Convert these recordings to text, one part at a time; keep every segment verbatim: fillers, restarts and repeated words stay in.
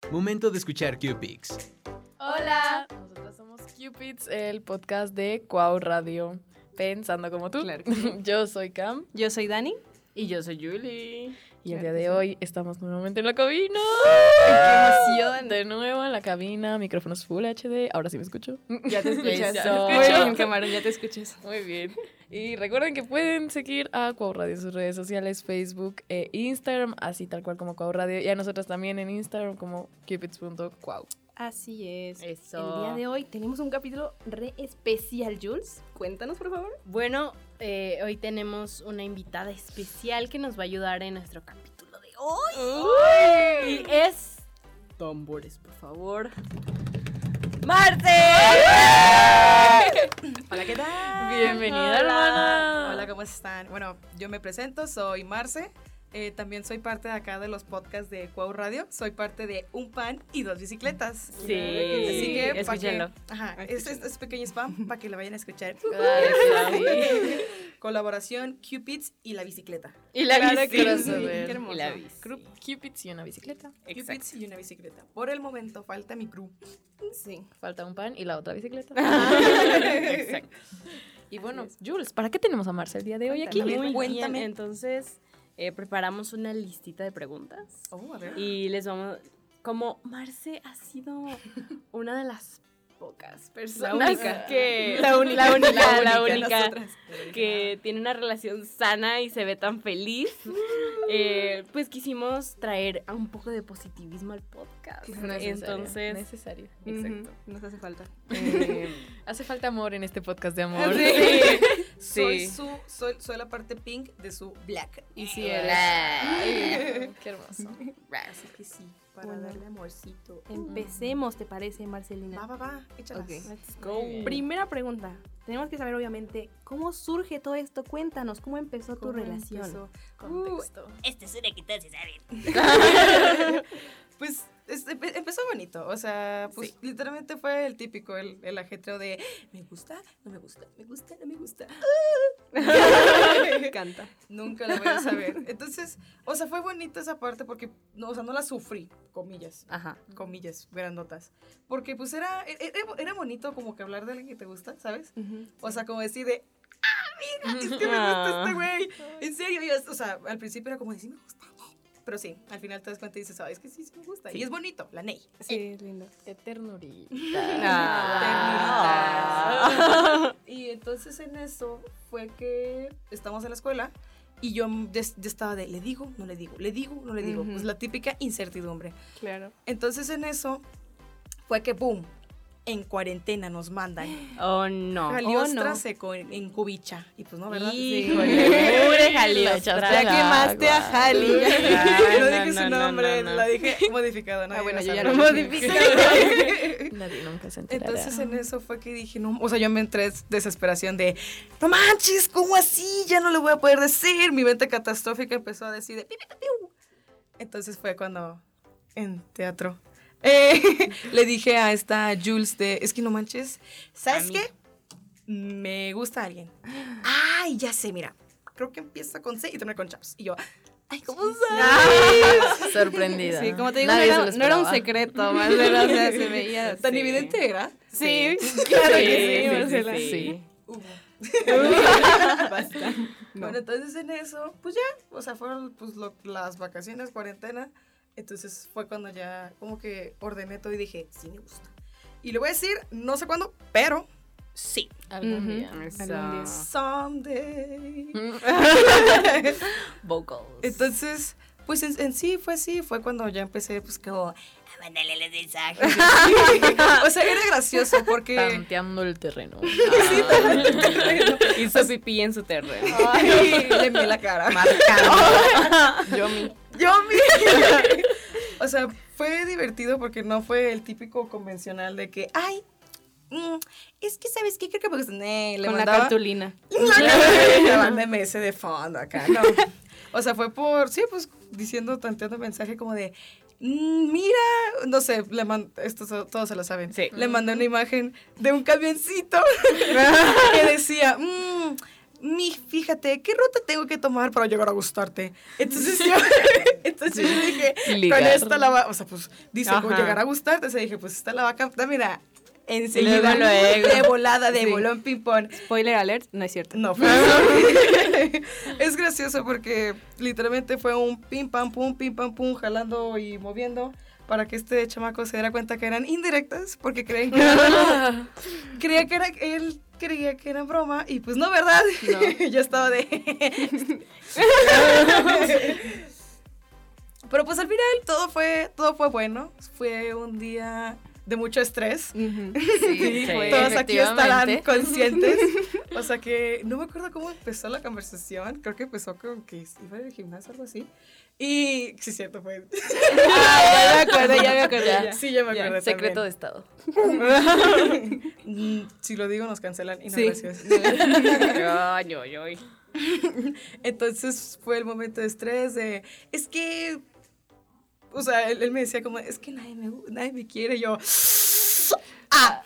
Momento de escuchar Cupids. Hola, nosotros somos Cupids, el podcast de Cuau Radio. Pensando como tú. Claro que sí. Yo soy Cam. Yo soy Dani. Y yo soy Julie. Y el Claro día que de sí. hoy estamos nuevamente en la cabina. ¡Qué emoción! De nuevo en la cabina, micrófonos Full H D. Ahora sí me escucho. Ya te escuchas. Eso. Muy bien, camarón, ya te escuchas. Muy bien. Y recuerden que pueden seguir a Cuau Radio en sus redes sociales, Facebook e Instagram, así tal cual como Cuau Radio. Y a nosotros también en Instagram como cupids punto cuau. Así es. Eso. El día de hoy tenemos un capítulo re especial, Jules. Cuéntanos, por favor. Bueno, eh, hoy tenemos una invitada especial que nos va a ayudar en nuestro capítulo de hoy. Y es... Tambores, por favor. ¡Marce! Hola, ¿qué tal? Bienvenida, Hola. hermana. Hola, ¿cómo están? Bueno, yo me presento, soy Marce. Eh, también soy parte de acá de los podcasts de Cuau Radio. Soy parte de Un Pan y Dos Bicicletas. Sí, Así que, pa' escúchenlo. que- ajá, es, es, es pequeño spam para que lo vayan a escuchar. Ay, Colaboración Cupids y la bicicleta. Y la Claro bici. que crossover. Qué hermoso. Y la bici. Group Cupids y una bicicleta. Cupids y una bicicleta. Por el momento falta mi crew. Sí. Falta un pan y la otra bicicleta. Exacto. Y bueno, Jules, ¿para qué tenemos a Marce el día de hoy aquí? Cuéntame. Muy Cuéntame. bien, entonces eh, preparamos una listita de preguntas. Oh, a ver. Y les vamos, como Marce ha sido una de las pocas personas única. que La única. la única, La la única, única nosotras. que tiene una relación sana y se ve tan feliz, eh, pues quisimos traer a un poco de positivismo al podcast. Necesario, Entonces, necesario. exacto. Ujú, Nos hace falta. Eh, Hace falta amor en este podcast de amor. Soy, sí. su, soy, soy la parte pink de su black. Y si eres. Ay, qué hermoso. Así que sí, para Bueno. darle amorcito. Empecemos, ¿te parece, Marcelina? Va, va, va, échalas. Ok. Let's go. Primera pregunta. Tenemos que saber, obviamente, ¿cómo surge todo esto? Cuéntanos, ¿cómo empezó tu ¿Cómo relación? empezó? Contexto. Esto es una que todos se saben. Pues es- empe- empezó bonito, o sea, pues literalmente fue el típico, el, el ajetreo de me gusta, no me gusta, me gusta, no me gusta. Canta. Nunca lo voy a saber. Entonces, o sea, fue bonito esa parte porque, no, o sea, no la sufrí, comillas, Ajá. comillas, grandotas. Porque pues era, era, era bonito como que hablar de alguien que te gusta, ¿sabes? O sea, como decir de, ah, mira, es que me gusta este güey. En serio, yo, o sea, al principio era como de, sí me gusta. Pero sí, al final te das cuenta y dices, ah, es que sí, sí me gusta. Y es bonito, la Ney. Sí, es lindo. Eternurita. Ternuritas. Y entonces en eso fue que estamos en la escuela y yo ya, ya estaba de, le digo, no le digo, le digo, no le digo. Ujú. Pues la típica incertidumbre. Claro. Entonces en eso fue que, boom, en cuarentena nos mandan. Oh, no. Jaliostra no. seco en, en Cubicha. Y pues no, ¿verdad? Híjole, pobre Jaliostra. echaste Ya al quemaste a agua. Jali. no no, dije no, su no, nombre, no, no. la dije modificada. Ah, bueno, yo ya lo lo modifiqué. Nadie nunca se enterará. Entonces en eso fue que dije, no, o sea, yo me entré en desesperación de, no manches, ¿cómo así? Ya no le voy a poder decir. Mi mente catastrófica empezó a decir de, pi, pi, pi, piu. Entonces fue cuando en teatro eh, le dije a esta Jules de, es que no manches, ¿sabes qué? Me gusta alguien. Ay, ya sé, mira, creo que empieza con C y termina con Chaps. Y yo, ay, ¿cómo sabes? Sorprendida. Sí, como te digo, no Nadie era, se lo no era un esperaba. secreto, Marcela, o sea, se veía. ¿Tan sí. evidente era? Sí, claro que sí, sí, Marcela. sí, Sí. Hubo. Basta. Bueno, entonces en eso, pues ya, o sea, fueron pues lo- las vacaciones, cuarentena. Entonces fue cuando ya como que ordené todo y dije, sí me gusta. Y le voy a decir, no sé cuándo, pero sí. Algún Ujú. día. Algún día. Someday. Vocals. Entonces, pues en, en sí fue así, fue cuando ya empecé pues como... Mándale los mensajes. O sea, era gracioso porque... Tanteando el terreno. Hizo pipí en su terreno. Ay, le me la cara. Yo mi. Yo mi. O sea, fue divertido porque no fue el típico convencional de que, ay, mm, es que sabes qué, creo que pues, eh, le Con mandaba la cartulina. le mandé M S de fondo acá, no. O sea, fue por, sí, pues diciendo, tanteando mensaje como de, mm, mira, no sé, le man- esto so- todos se lo saben. Sí. Le mandé una imagen de un camioncito que decía, mm, mi, fíjate, ¿qué ruta tengo que tomar para llegar a gustarte? Entonces yo, entonces yo dije, Ligar. con esta la va, o sea, pues, dice, Ajá. como llegar a gustarte, o sea, dije, pues, esta la va a captar, mira, enseguida, Luego, luego. de volada, de Sí. bolón, ping-pong. Spoiler alert, no es cierto. No, fue es gracioso porque literalmente fue un pim, pam, pum, pim, pam, pum, jalando y moviendo para que este chamaco se diera cuenta que eran indirectas porque creen que era, creía que era, él creía que era broma y pues no, ¿verdad? Yo estaba de... Pero pues al final todo fue, todo fue bueno, fue un día de mucho estrés. Ujú. Sí, fue, Todos aquí estarán efectivamente. conscientes. O sea que no me acuerdo cómo empezó la conversación. Creo que empezó con que iba al gimnasio o algo así. Y sí, cierto, fue. Ah, ya me acordé, ya me acordé. Ya. ya. Sí, ya me acuerdo. Secreto de Estado. Mm, si lo digo, nos cancelan. Y no, Sí. gracias. Ay, ay, ay. Entonces fue el momento de estrés de. Es que. O sea, él, él me decía como, es que nadie me, nadie me quiere. Y yo. ¡Ah!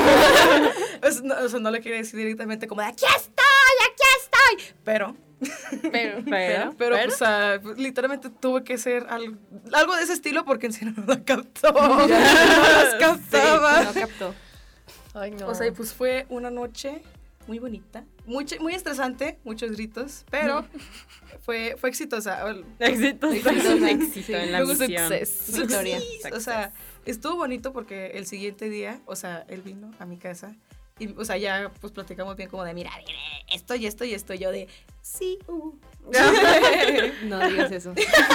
o, sea, no, o sea, no le quería decir directamente como de aquí estoy, aquí estoy. Pero. Pero, pero, Pero, o sea, pues, literalmente tuve que ser algo, algo de ese estilo porque en serio no la captó. No las captaba. No captó. Ay, no. O sea, y pues fue una noche muy bonita, muy, ch- muy estresante, muchos gritos, pero fue, fue exitosa. éxito, Exitosa. éxito en la Luego misión. success. Victoria. Sí, o sea, estuvo bonito porque el siguiente día, o sea, él vino a mi casa y, o sea, ya pues platicamos bien como de, mira, mira, esto y esto y esto, yo de, sí, uh. No digas eso.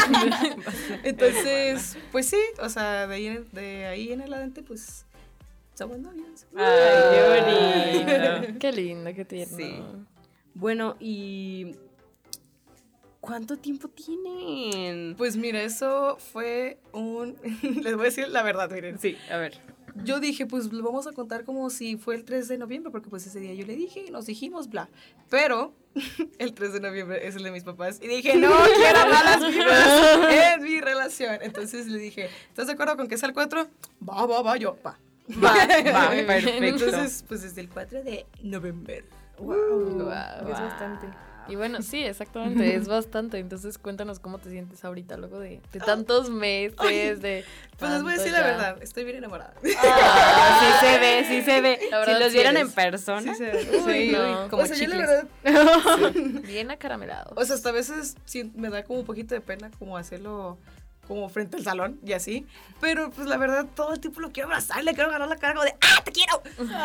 Entonces, pues sí, o sea, de ahí en, de ahí en adelante, pues, somos novios. Ay, qué bonito. Qué lindo, qué tierno. Sí. Bueno, y ¿cuánto tiempo tienen? Pues mira, eso fue un... Les voy a decir la verdad, miren. Sí, a ver. Yo dije, pues lo vamos a contar como si fue el tres de noviembre, porque pues ese día yo le dije, nos dijimos, bla. Pero el tres de noviembre es el de mis papás. Y dije, no quiero malas vibras en mi relación. Entonces le dije, ¿estás de acuerdo con que sea el cuatro? Va, va, va, yo, va. Va, va, Muy bien. perfecto. Entonces, pues desde el cuatro de noviembre. Wow. Es bastante. Y bueno, sí, exactamente, es bastante. Entonces, cuéntanos cómo te sientes ahorita luego de, de tantos meses, de... Pues les voy a decir la verdad, estoy bien enamorada. Ah, sí se ve, sí se ve. La Si verdad, los sí vieran eres. en persona. Sí, se- Uy, sí, no. Como o sea, yo la chicles. verdad, Bien acaramelado. o sea, hasta a veces sí me da como un poquito de pena como hacerlo como frente al salón y así, pero pues la verdad todo el tiempo lo quiero abrazar, le quiero agarrar la cara como de ¡ah, te quiero!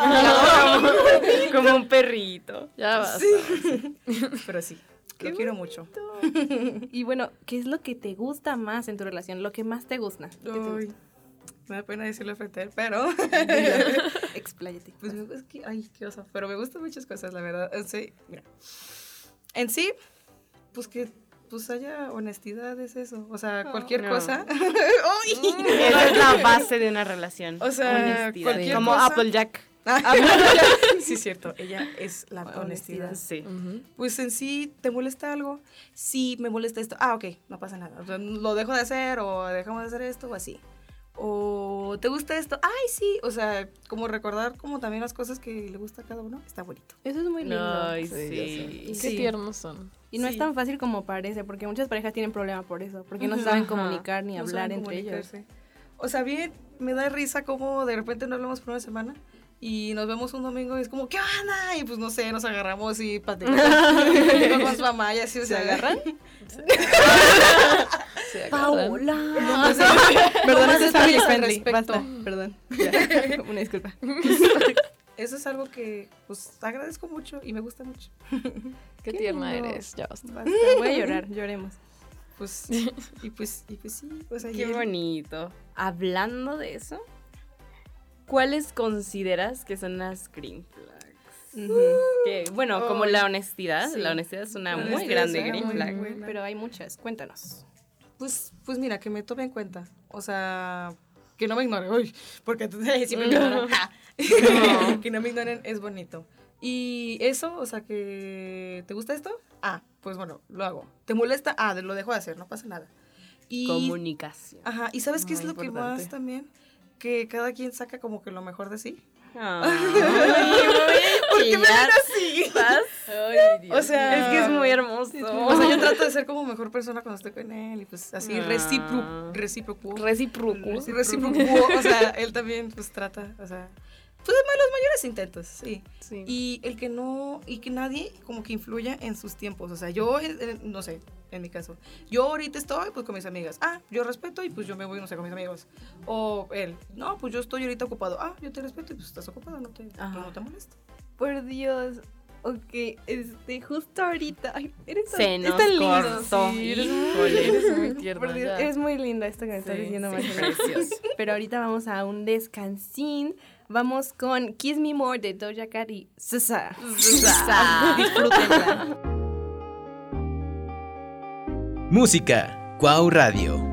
Como un perrito. Ya basta. Pero sí, lo quiero mucho. Y bueno, ¿qué es lo que te gusta más en tu relación? Lo que más te gusta. ¿Qué te Ay, gusta? me da pena decirlo frente a él, pero Expláyate. pues me gusta que, ay, qué osa, pero me gustan muchas cosas, la verdad. En sí, mira, en sí, pues que pues haya honestidad, es eso. O sea, cualquier no. cosa. ¡Ay! Esa es la base de una relación. O sea, honestidad. cualquier Como cosa- Applejack. Sí, es cierto, ella es la honestidad. Sí. Ujú. Pues en sí, ¿te molesta algo? Sí, me molesta esto. Ah, ok, no pasa nada. O sea, lo dejo de hacer o dejamos de hacer esto o así. O ¿te gusta esto? Ay, sí. O sea, como recordar como también las cosas que le gusta a cada uno. Está bonito. Eso es muy lindo. Ay, Sí, ya sé. sí. Qué Sí. tiernos son. Y no Sí. es tan fácil como parece, porque muchas parejas tienen problema por eso, porque no se saben Ajá. comunicar ni No hablar saben entre ellos. comunicarse. O sea, bien, me da risa como de repente no hablamos por una semana y nos vemos un domingo y es como, ¿qué onda? Y pues no sé, nos agarramos y platicamos con su mamá y así, o sea, agarran. ¿Se acuerdan? No, sé. Perdón, más eso es family detalles al friendly. respecto. Basta, perdón. Ya, una disculpa. Eso es algo que pues agradezco mucho y me gusta mucho. Qué, Qué tierna lindo. eres, ya basta. Basta, voy a llorar, lloremos. Pues, y pues, y pues sí, o sea, y Qué él- bonito. Hablando de eso, ¿cuáles consideras que son las green flags? Ujú. Que, bueno, como Ay, la honestidad, sí. la honestidad es una La muy honestidad grande es una green muy flag. buena. Pero hay muchas, cuéntanos. Pues, pues mira, que me tome en cuenta. O sea, que no me ignoren. Uy, porque siempre me ignoran. Ja. Que no me ignoren es bonito. Y eso, o sea, que ¿te gusta esto? Ah, pues bueno, lo hago. ¿Te molesta? Ah, lo dejo de hacer, no pasa nada. Y, Comunicación. ajá, ¿y sabes qué es Muy lo que importante. más también? Que cada quien saca como que lo mejor de sí. Ay, ¿Por qué me ven chillar. así? estás? Ay, Dios. O sea, Es que es muy hermoso. O sea, yo trato de ser como mejor persona cuando estoy con él y pues así Ah. recíproco, recíproco. Recíproco. Sí, recíproco, o sea, él también pues trata, o sea, pues los mayores intentos, sí. Sí. Y el que no, y que nadie como que influya en sus tiempos, o sea, yo, eh, eh, no sé, en mi caso, yo ahorita estoy pues con mis amigas, ah, yo respeto y pues yo me voy, no sé, con mis amigos. O él, no, pues yo estoy ahorita ocupado, ah, yo te respeto y pues estás ocupado, no te, Ajá. no te molesto. Por Dios. Ok, este, justo ahorita. Ay, eres tan, Se es nos tan lindo. cortó. Sí, eres muy, Híjole. eres muy tierna, Por Dios, ya. eres muy linda esto que me estás Sí, diciendo, sí, Marcela. precioso. Pero ahorita vamos a un descansín. Vamos con Kiss Me More de Doja Cat y S Z A. Disfrútenla. Música, Cuau Radio.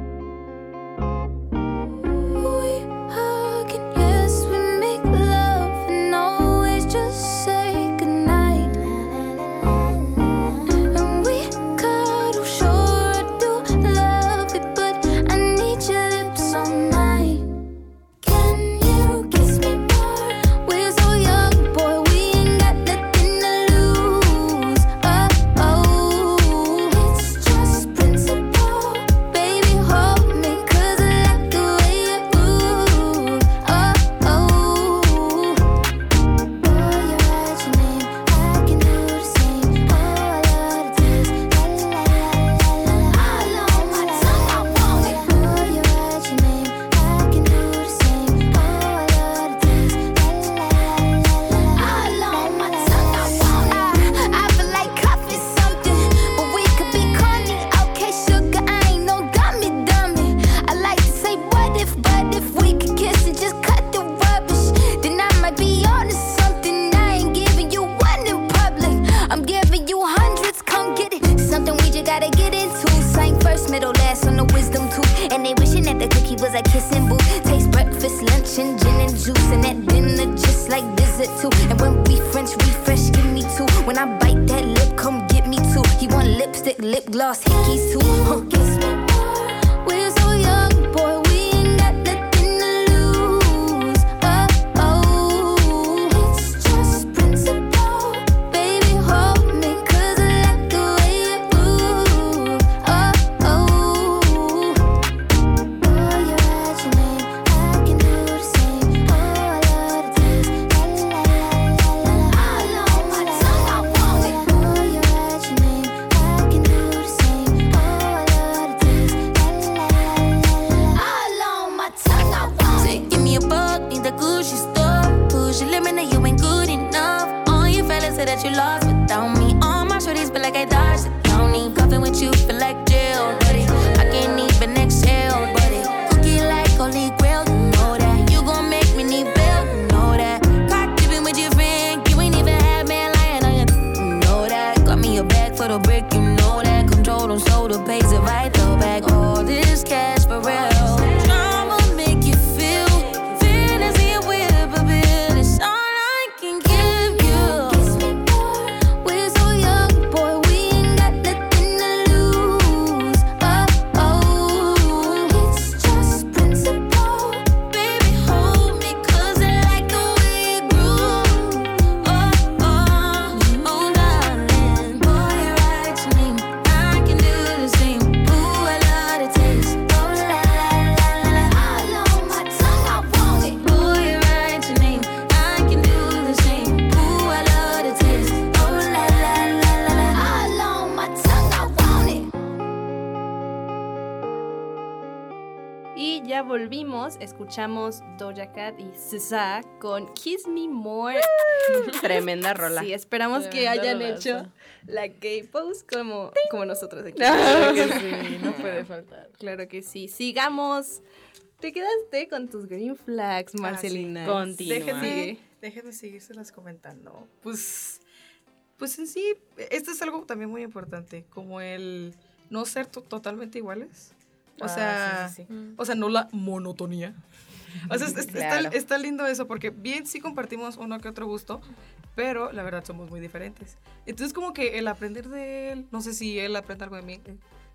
Volvimos, escuchamos Doja Cat y S Z A con Kiss Me More. Tremenda rola. Sí, esperamos que Tremenda hayan rolaza. hecho la K-pose como, como nosotros aquí. Claro que sí, no puede faltar. Claro que sí. Sigamos. Te quedaste con tus green flags, Marcelina. Continúa. Déjenme, déjenme seguírselas comentando. Pues, pues en sí, esto es algo también muy importante, como el no ser to- totalmente iguales. O Ah, sea, sí, sí, sí. Mm. o sea, no la monotonía. O sea, es- es- Claro. está, está lindo eso, porque bien sí compartimos uno que otro gusto, pero la verdad somos muy diferentes. Entonces como que el aprender de él, no sé si él aprende algo de mí,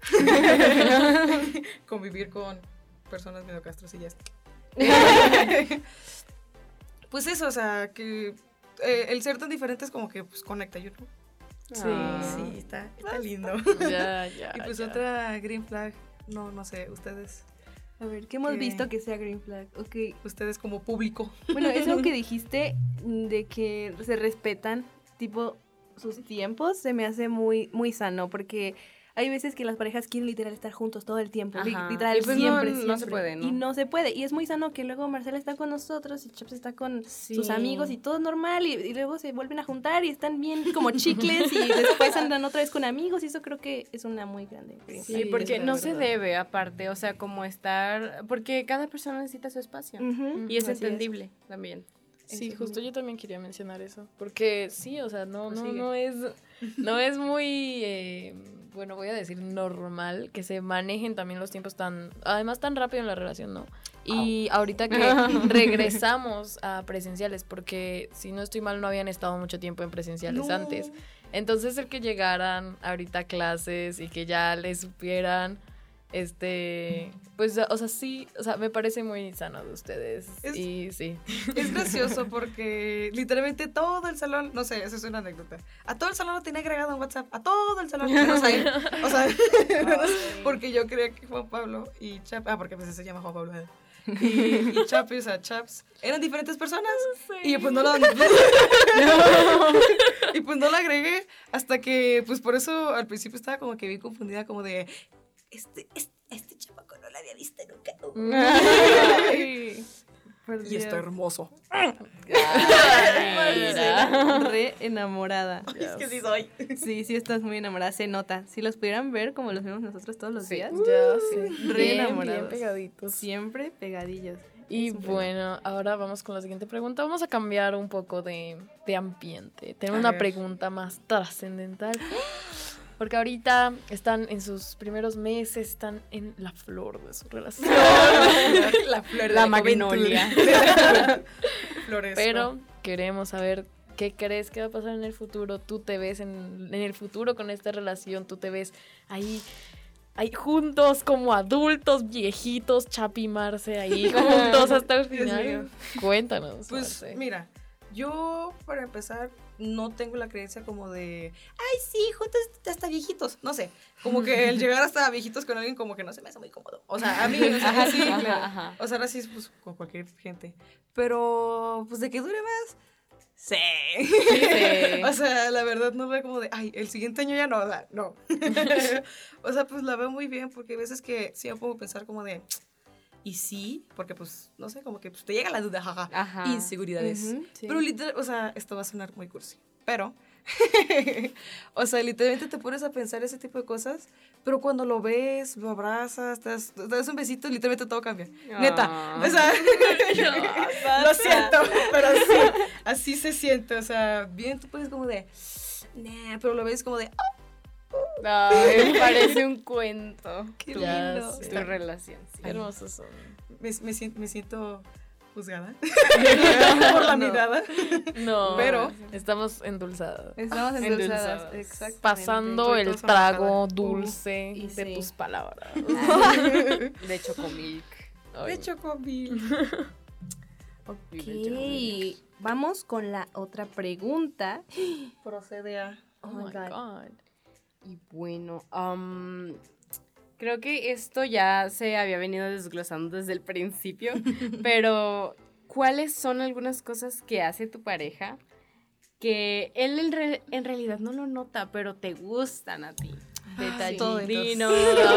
convivir con personas medio castrosillas. Pues eso, o sea, que eh, el ser tan diferente es como que, pues, conecta, yo, ¿no? Sí. Sí, está, está lindo. Ya, ya. Y pues ya. otra green flag, no, no sé, ustedes, A ver, ¿qué hemos ¿Qué? visto que sea green flag? Ok. ustedes como público. Bueno, eso que dijiste de que se respetan, tipo, sus tiempos, se me hace muy, muy sano, porque hay veces que las parejas quieren literal estar juntos todo el tiempo, li- Ajá. literal Y pues no- siempre, no se siempre. puede, ¿no? Y no se puede, y es muy sano que luego Marcela está con nosotros y Chaps está con sus Sí. amigos y todo es normal, y, y luego se vuelven a juntar y están bien como chicles y después andan otra vez con amigos, y eso creo que es una muy grande green Sí, flag. porque es no verdad. se debe, aparte, o sea, como estar, porque cada persona necesita su espacio. Ujú, Y es así entendible también. Sí, Eso justo mismo. yo también quería mencionar eso, porque sí, o sea, no, no, Sigue. no es, no es muy, eh, bueno, voy a decir normal que se manejen también los tiempos tan, además tan rápido en la relación, ¿no? Y ahorita que regresamos a presenciales, porque si no estoy mal no habían estado mucho tiempo en presenciales No. antes, entonces el que llegaran ahorita a clases y que ya les supieran, este, pues, o sea, sí, o sea, me parece muy sano de ustedes Es- y sí. Es gracioso porque literalmente todo el salón, no sé, esa es una anécdota. A todo el salón lo tenía agregado en WhatsApp, a todo el salón, menos a él. O sea, menos- porque yo creía que Juan Pablo y Chap, ah, porque pues se llama Juan Pablo. ¿eh? Y, y Chapi, o sea, Chaps, eran diferentes personas. Y pues no lo Y pues no lo agregué hasta que, pues por eso al principio estaba como que bien confundida, como de, Este, este, este chamaco no la había visto nunca. Ay. y está hermoso. Marcela, re enamorada. Es que sí soy. Sí, sí estás muy enamorada, se nota. Si los pudieran ver como los vemos nosotros todos los Sí. días, Ya, sí. re Bien, bien enamorados. pegaditos. siempre pegadillos. Y Súper. bueno, ahora vamos con la siguiente pregunta. Vamos a cambiar un poco de, de ambiente. Tenemos A una ver. pregunta más trascendental. Porque ahorita están en sus primeros meses, están en la flor de su relación. La flor de La juventud. magnolia. Flores. Pero queremos saber qué crees que va a pasar en el futuro. Tú te ves en, en el futuro con esta relación, tú te ves ahí, ahí juntos como adultos, viejitos, Chapi y Marce, ahí juntos hasta el Dios mío. final. Cuéntanos. Pues Marce. mira, yo para empezar no tengo la creencia como de, ay sí, juntos hasta viejitos, no sé, como que el llegar hasta viejitos con alguien como que no se me hace muy cómodo. O sea, a mí, o sea, Ajá, sí, ajá, claro. ajá. O sea, ahora sí, pues con cualquier gente. Pero, pues de que dure más, sí. Sí. O sea, la verdad no veo como de, ay, el siguiente año ya no, o sea, no. O sea, pues la veo muy bien porque hay veces que sí me pongo a pensar como de, y sí, porque pues, no sé, como que pues, te llega la duda, jaja, Ajá. inseguridades. Ujú, sí. Pero literal, o sea, esto va a sonar muy cursi, pero, o sea, literalmente te pones a pensar ese tipo de cosas, pero cuando lo ves, lo abrazas, te das, te das un besito, literalmente todo cambia. Neta, Ah. o sea, lo siento, pero sí, así se siente, o sea, bien tú puedes como de, nah, pero lo ves como de, oh, Ay, parece un cuento. qué Ya lindo. sé. Tu relación. sí. Qué hermosos son. Me, me, sien- me siento juzgada por la mirada. No, Pero- estamos endulzadas. Estamos endulzadas, Endulzadas. exactamente. Pasando el Todos son trago enojada. dulce y de sí. tus palabras. De chocomilk. De chocomil. Ok, vamos con la otra pregunta. Procede a... Oh, Oh my my God. God. Y bueno, am, creo que esto ya se había venido desglosando desde el principio, pero ¿cuáles son algunas cosas que hace tu pareja que él en, re- en realidad no lo nota, pero te gustan a ti? Detallitos.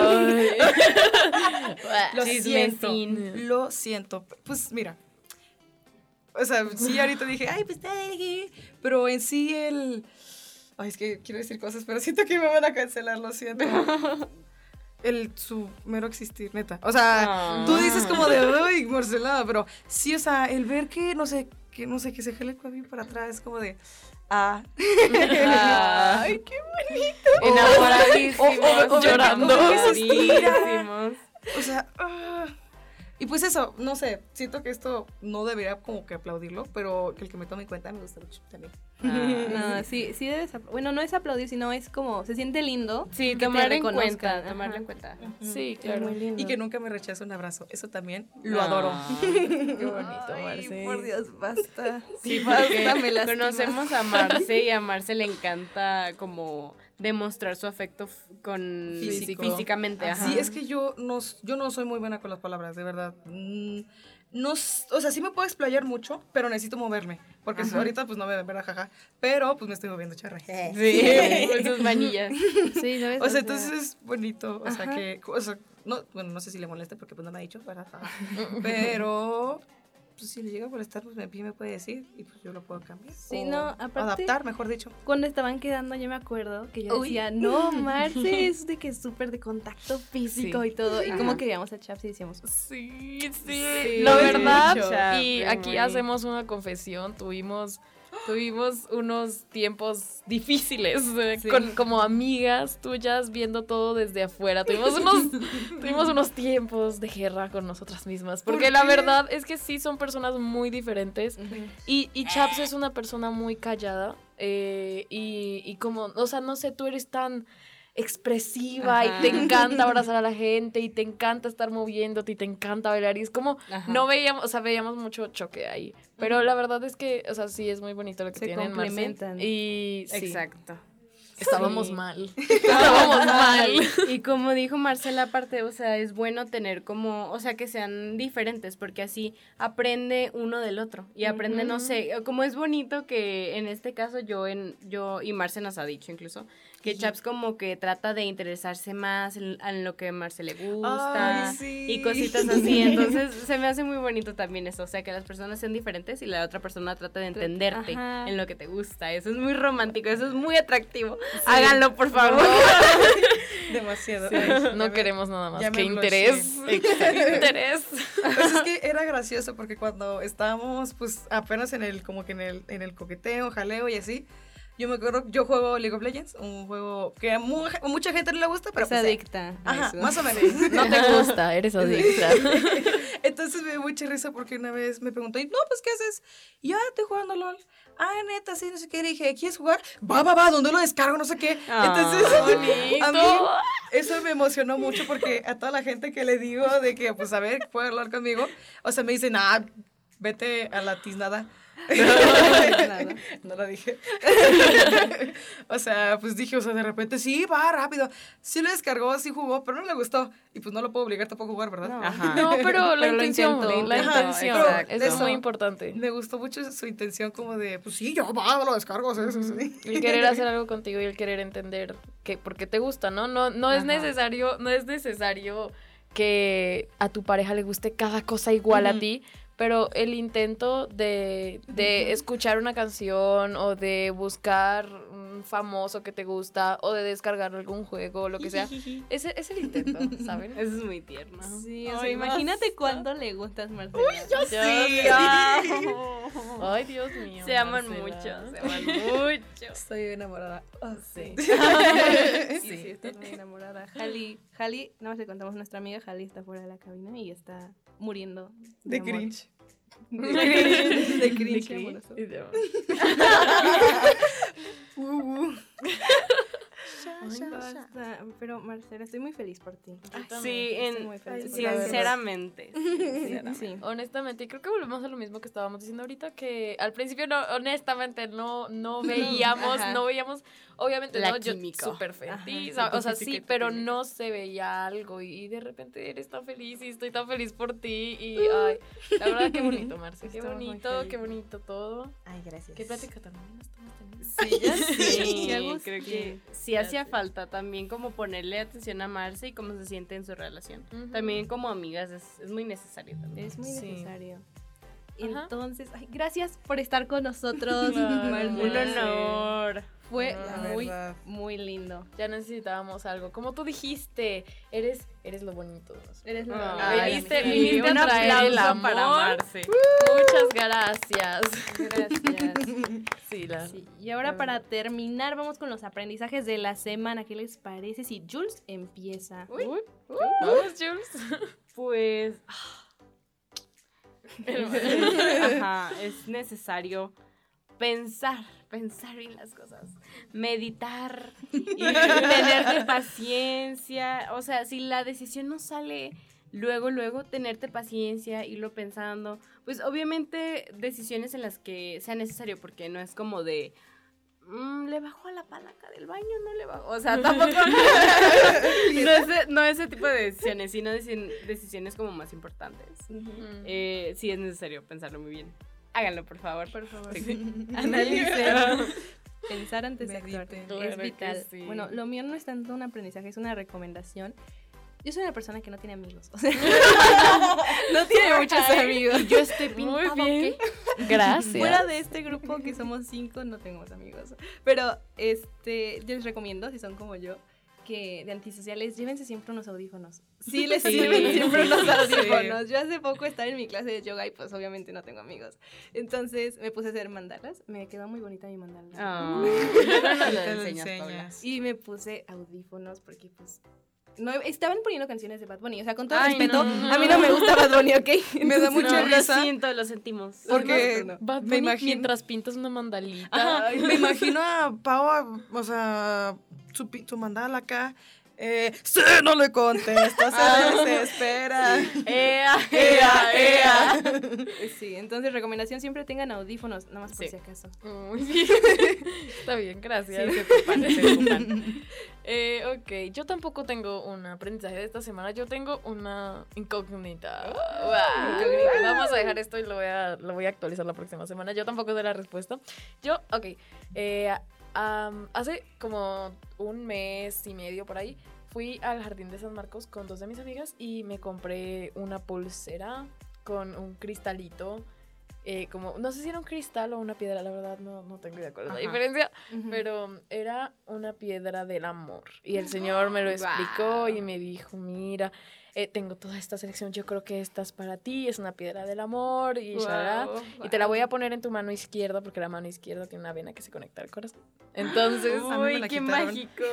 Lo Chismecín. siento, lo siento. Pues mira, o sea, sí ahorita dije, ay, pues está bien", pero en sí el... Ay, es que quiero decir cosas, pero siento que me van a cancelar, lo siento. El, su mero existir, neta. O sea, Ah. tú dices como de, ay, Marcela, pero sí, o sea, el ver que, no sé, que no sé, que se jale el cabello para atrás, es como de, ah. Ay, qué Enamoradísimos, O- o- o- llorando. o- o- o- enamoradísimos. O sea, ah. Y pues eso, no sé, siento que esto no debería como que aplaudirlo, pero que el que me tome en cuenta me gusta mucho también. No, sí, sí debes, apl- bueno, no es aplaudir, sino es como, se siente lindo. Sí, que te tomar en reconozcan, cuenta, ajá. tomarlo en cuenta. Sí, Es claro. muy lindo. Y que nunca me rechace un abrazo. Eso también lo No. adoro. Qué bonito, Ay, Marce. por Dios, basta. Sí, Basta, porque me lastima. conocemos a Marce y a Marce le encanta como demostrar su afecto f- con Físico. físicamente. Ajá. Sí, es que yo no, s- yo no soy muy buena con las palabras, de verdad. Mm, No, s- o sea, sí me puedo explayar mucho, pero necesito moverme. Porque Ajá. ahorita pues no me ven, ¿verdad? Jaja. Pero pues me estoy moviendo, charra. Sí, con sus manillas. Sí, ¿sabes? O sea, entonces es bonito. O sea, Ajá. que. O sea, no, bueno, no sé si le moleste porque pues no me ha dicho, ¿verdad? Jaja. Pero. Pues si le llega a molestar, pues me, me puede decir y pues yo lo puedo cambiar. Sí, o no, aparte- adaptar, mejor dicho. Cuando estaban quedando, yo me acuerdo que yo Uy. decía, no, Marce es de que es súper de contacto físico Sí. y todo. Y Ajá. como queríamos a Chaps y decíamos, Sí, sí, Sí, la verdad. mucho. Y Muy, aquí muy. hacemos una confesión. Tuvimos, tuvimos unos tiempos difíciles eh, Sí. con, como amigas tuyas viendo todo desde afuera. Tuvimos unos, tuvimos unos tiempos de guerra con nosotras mismas. Porque ¿Por la qué? verdad es que sí son personas muy diferentes. Y, y Chaps es una persona muy callada. eh, y, y como, o sea, no sé, tú eres tan expresiva Ajá. y te encanta abrazar a la gente y te encanta estar moviéndote y te encanta bailar y es como Ajá. no veíamos, o sea, veíamos mucho choque ahí, pero la verdad es que, o sea, sí es muy bonito lo que Se tienen, Marce. complementan. Y sí, Exacto. estábamos Sí. mal. Estábamos mal. Y como dijo Marcela, aparte, o sea, es bueno tener como, o sea, que sean diferentes, porque así aprende uno del otro. Y aprende, no sé, como es bonito que en este caso yo, en, yo y Marce nos ha dicho incluso, que Chaps como que trata de interesarse más en, en lo que Marce le gusta Ay, sí. y cositas así. Entonces se me hace muy bonito también eso, o sea, que las personas sean diferentes y la otra persona trata de entenderte Ajá. en lo que te gusta. Eso es muy romántico, eso es muy atractivo. Háganlo, por favor. Demasiado. Sí, Ay, ya no me- queremos nada más ya que me interés. Interés. Pues es que era gracioso porque cuando estábamos pues apenas en el como que en el en el coqueteo, jaleo y así, yo me acuerdo, yo juego League of Legends, un juego que a mu- mucha gente no le gusta, pero es pues, eh, adicta. a ajá, eso. más o menos. No te gusta, eres adicta. Entonces me dio mucha risa porque una vez me preguntó, y, no, pues, ¿qué haces? Y yo, ah, estoy jugando LOL. Ah, neta, sí, no sé qué. Y dije, ¿quieres jugar? Va, va, va, ¿dónde lo descargo? No sé qué. Entonces, bonito. a mí eso me emocionó mucho porque a toda la gente que le digo de que, pues, a ver, puede hablar conmigo, o sea, me dicen, ah, vete a la tiznada. Nada. No lo dije. O sea, pues dije, o sea, de repente, sí, va, rápido. Sí lo descargó, sí jugó, pero no le gustó. Y pues no lo puedo obligar tampoco a jugar, ¿verdad? No. Ajá. No, pero la Pero lo intención, intentó. la Ajá, intención, exacto. eso es Eso. muy importante. Me gustó mucho su intención como de, pues sí, yo va, lo descargo, sí, sí, sí. El querer hacer algo contigo y el querer entender que por qué te gusta, ¿no? No, no es Ajá. necesario, no es necesario que a tu pareja le guste cada cosa igual a Ujú. ti, pero el intento de, de escuchar una canción o de buscar un famoso que te gusta o de descargar algún juego o lo que sea, ese es el intento, ¿saben? Eso es muy tierno. Sí, o sea, Ay, imagínate basta. cuánto le gustas, Marcela. Sí. Ay, Dios mío. Se aman Marcela. mucho, se aman mucho. Estoy enamorada. Oh, Sí. Sí, sí, estás muy enamorada. Jali, Jali, nada más le contamos, nuestra amiga Jali está fuera de la cabina y está muriendo De amor. cringe. De cringe. De cringe. De amoroso. Y de- Ay, basta. Pero Marcela, estoy muy feliz por ti. Sí, Estoy en, muy feliz por ti. sinceramente. Sí. Honestamente, y creo que volvemos a lo mismo que estábamos diciendo ahorita, que al principio no, honestamente no, no veíamos, Ajá. no veíamos, obviamente La no, yo química. súper feliz, Ajá, o sea, tu física y sí, tu pero química. no se veía algo y, y de repente eres tan feliz y estoy tan feliz por ti y ay, la verdad qué bonito, Marce, qué Estamos muy bonito, qué felices. bonito todo. Ay, gracias. Qué plática tan buena estamos teniendo. Sí, ya sé. Sí, Qué gusto. creo que sí Ya hacía sé. falta también como ponerle atención a Marce y cómo se siente en su relación. Ujú. También como amigas es, es muy necesario también. Es muy Sí. necesario. Ajá. Entonces, ay, gracias por estar con nosotros, Claro. Marcela. Un honor. Fue La muy, verdad. muy lindo. Ya necesitábamos algo, como tú dijiste, eres, eres lo bonito de nosotros. Eres lo Ay, viniste- sí. viniste a Un traer el aplauso para amor. Marce. Muchas gracias. Gracias. Sí, la, Sí, y ahora para terminar, vamos con los aprendizajes de la semana. ¿Qué les parece si Jules empieza? Uy. Vamos, Jules. Pues. Ajá, es necesario pensar pensar bien las cosas, meditar y tenerte paciencia. O sea, si la decisión no sale luego, luego, tenerte paciencia, irlo pensando. Pues obviamente decisiones en las que sea necesario, porque no es como de... Mm, ¿le bajó a la palanca del baño? No le bajó. O sea, tampoco. no, ese, no ese tipo de decisiones, sino deci- decisiones como más importantes. Uh-huh. Eh, sí es necesario pensarlo muy bien. Háganlo, por favor. Por favor. Sí. Analicen. Pensar antes de Mediten. actuar. Claro Es que vital. sí. Bueno, lo mío no es tanto un aprendizaje, es una recomendación. Yo soy una persona que no tiene amigos. O sea, no tiene muchos amigos. Yo estoy Muy pintado, bien. ¿qué? Gracias. Fuera de este grupo que somos cinco, no tengo más amigos. Pero este, yo les recomiendo, si son como yo, que de antisociales, llévense siempre unos audífonos. Sí les Sí. sirven siempre unos audífonos. Yo hace poco estaba en mi clase de yoga y pues obviamente no tengo amigos. Entonces me puse a hacer mandalas. Me quedó muy bonita mi mandala. Oh, no nos lo Te lo enseñas, Paula. enseñas. Y me puse audífonos porque pues... No, estaban poniendo canciones de Bad Bunny. O sea, con todo Ay, respeto, no. a mí no me gusta Bad Bunny, ¿ok? Me da Entonces, mucha No, risa. Lo siento, lo sentimos. Porque no, no. Bad me Bunny imagino- mientras pintas una mandalita. Ajá, me imagino a Pau, o sea, su, pi- su mandala acá. Eh, sí, no le contesta, se desespera. Ea, Ea, ea. Sí, entonces recomendación, siempre tengan audífonos, nada más por Sí. si acaso. Uy, sí. Está bien, gracias. Sí, se ocupan, se ocupan. Eh, ok, yo tampoco tengo un aprendizaje de esta semana, yo tengo una incógnita. Wow. Vamos a dejar esto y lo voy a, lo voy a actualizar la próxima semana. Yo tampoco sé la respuesta. Yo, ok, eh, um, hace como un mes y medio por ahí, fui al Jardín de San Marcos con dos de mis amigas y me compré una pulsera con un cristalito. Eh, como, no sé si era un cristal o una piedra, la verdad no, no tengo idea cuál es la Ajá. diferencia, Ujú. pero era una piedra del amor. Y el señor me lo explicó y me dijo, mira, eh, tengo toda esta selección, yo creo que esta es para ti, es una piedra del amor y shalala, y te la voy a poner en tu mano izquierda porque la mano izquierda tiene una vena que se conecta al corazón. Entonces, A mí me Uy, la qué quitaron. mágico.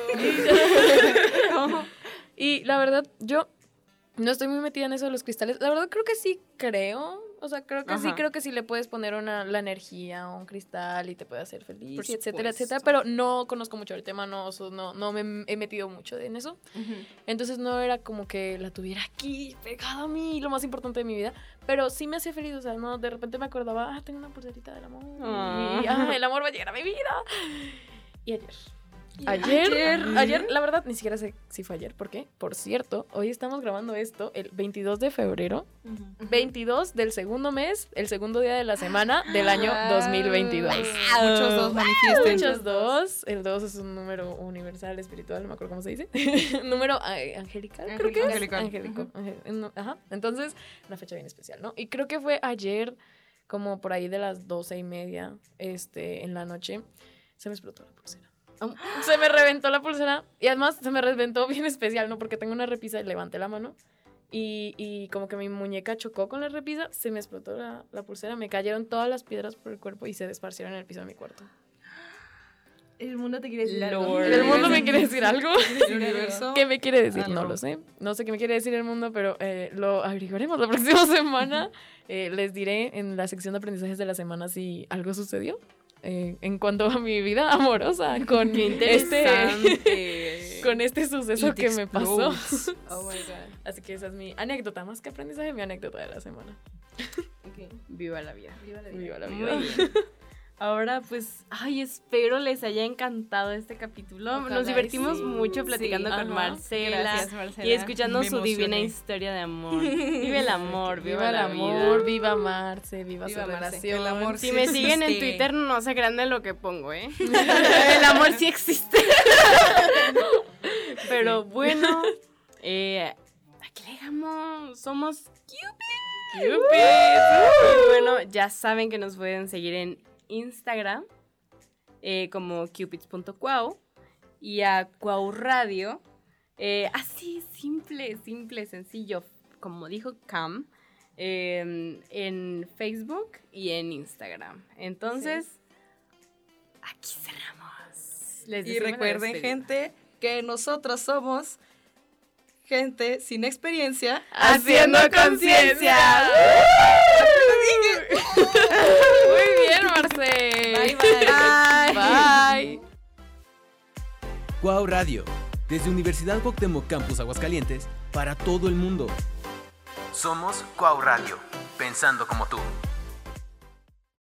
y la verdad, yo no estoy muy metida en eso de los cristales. La verdad creo que sí creo. O sea, creo que sí, Ajá. creo que sí le puedes poner una, la energía a un cristal y te puede hacer feliz, Por y etcétera, supuesto. etcétera. Pero no conozco mucho el tema, no, so- no, no me he metido mucho en eso. Ujú. Entonces no era como que la tuviera aquí, pegada a mí, lo más importante de mi vida. Pero sí me hacía feliz, o sea, no, de repente me acordaba, ah, tengo una pulserita del amor. Ah. Y ah, el amor va a llegar a mi vida. Y ayer. Ayer, ayer, la verdad, ni siquiera sé si fue ayer. ¿Por qué? Por cierto, hoy estamos grabando esto el veintidós de febrero, veintidós del segundo mes, el segundo día de la semana del año dos mil veintidós. Muchos dos manifiesten. Muchos dos. El dos es un número universal, espiritual, no me acuerdo cómo se dice. número eh, angelical, creo que es. Angelical. Angélico. Ángel- no, ajá. Entonces, una fecha bien especial, ¿no? Y creo que fue ayer, como por ahí de las doce y media, este, en la noche, se me explotó la pulsera. Se me reventó la pulsera y además se me reventó bien especial, ¿no? Porque tengo una repisa y levanté la mano y, y como que mi muñeca chocó con la repisa, se me explotó la, la pulsera, me cayeron todas las piedras por el cuerpo y se desparcieron en el piso de mi cuarto. El mundo te quiere decir algo. Lord. ¿El mundo me quiere decir algo? El universo. ¿Qué me quiere decir? Algo. No lo sé. No sé qué me quiere decir el mundo, pero eh, lo averiguaremos la próxima semana. Eh, les diré en la sección de aprendizajes de la semana si algo sucedió. Eh, en cuanto a mi vida amorosa con Qué este interesante. con este suceso It que me pasó. explodes. Oh my god. Así que esa es mi anécdota, más que aprendizaje, mi anécdota de la semana. Okay. Viva la vida. Viva la vida. Viva la Muy vida. bien. Ahora, pues, ay, espero les haya encantado este capítulo. Ojalá Nos y divertimos sí. mucho platicando Sí, con ajá. Marcela. Gracias, Marcela. Y escuchando Me su divina emocioné. historia de amor. Vive el amor, viva, Viva el la amor, vida. viva Marce, viva, Viva su Marce. relación. El amor Si sí me siguen en existe. Twitter, no se crean de lo que pongo, ¿eh? El amor sí existe. Pero bueno, eh, aquí le dejamos. Somos Cupid. Cupid. Y bueno, ya saben que nos pueden seguir en Instagram eh, como cupids punto cuau y a Cuau Radio. Eh, así, simple, simple, sencillo, como dijo Cam, eh, en Facebook y en Instagram. Entonces, aquí cerramos. Les Y decimos la recuerden, despedida. gente, que nosotros somos gente sin experiencia. Haciendo conciencia. Muy bien, Marce. Bye, bye. Bye. Cuau Radio, desde Universidad Cuauhtémoc Campus Aguascalientes, para todo el mundo. Somos Cuau Radio, pensando como tú.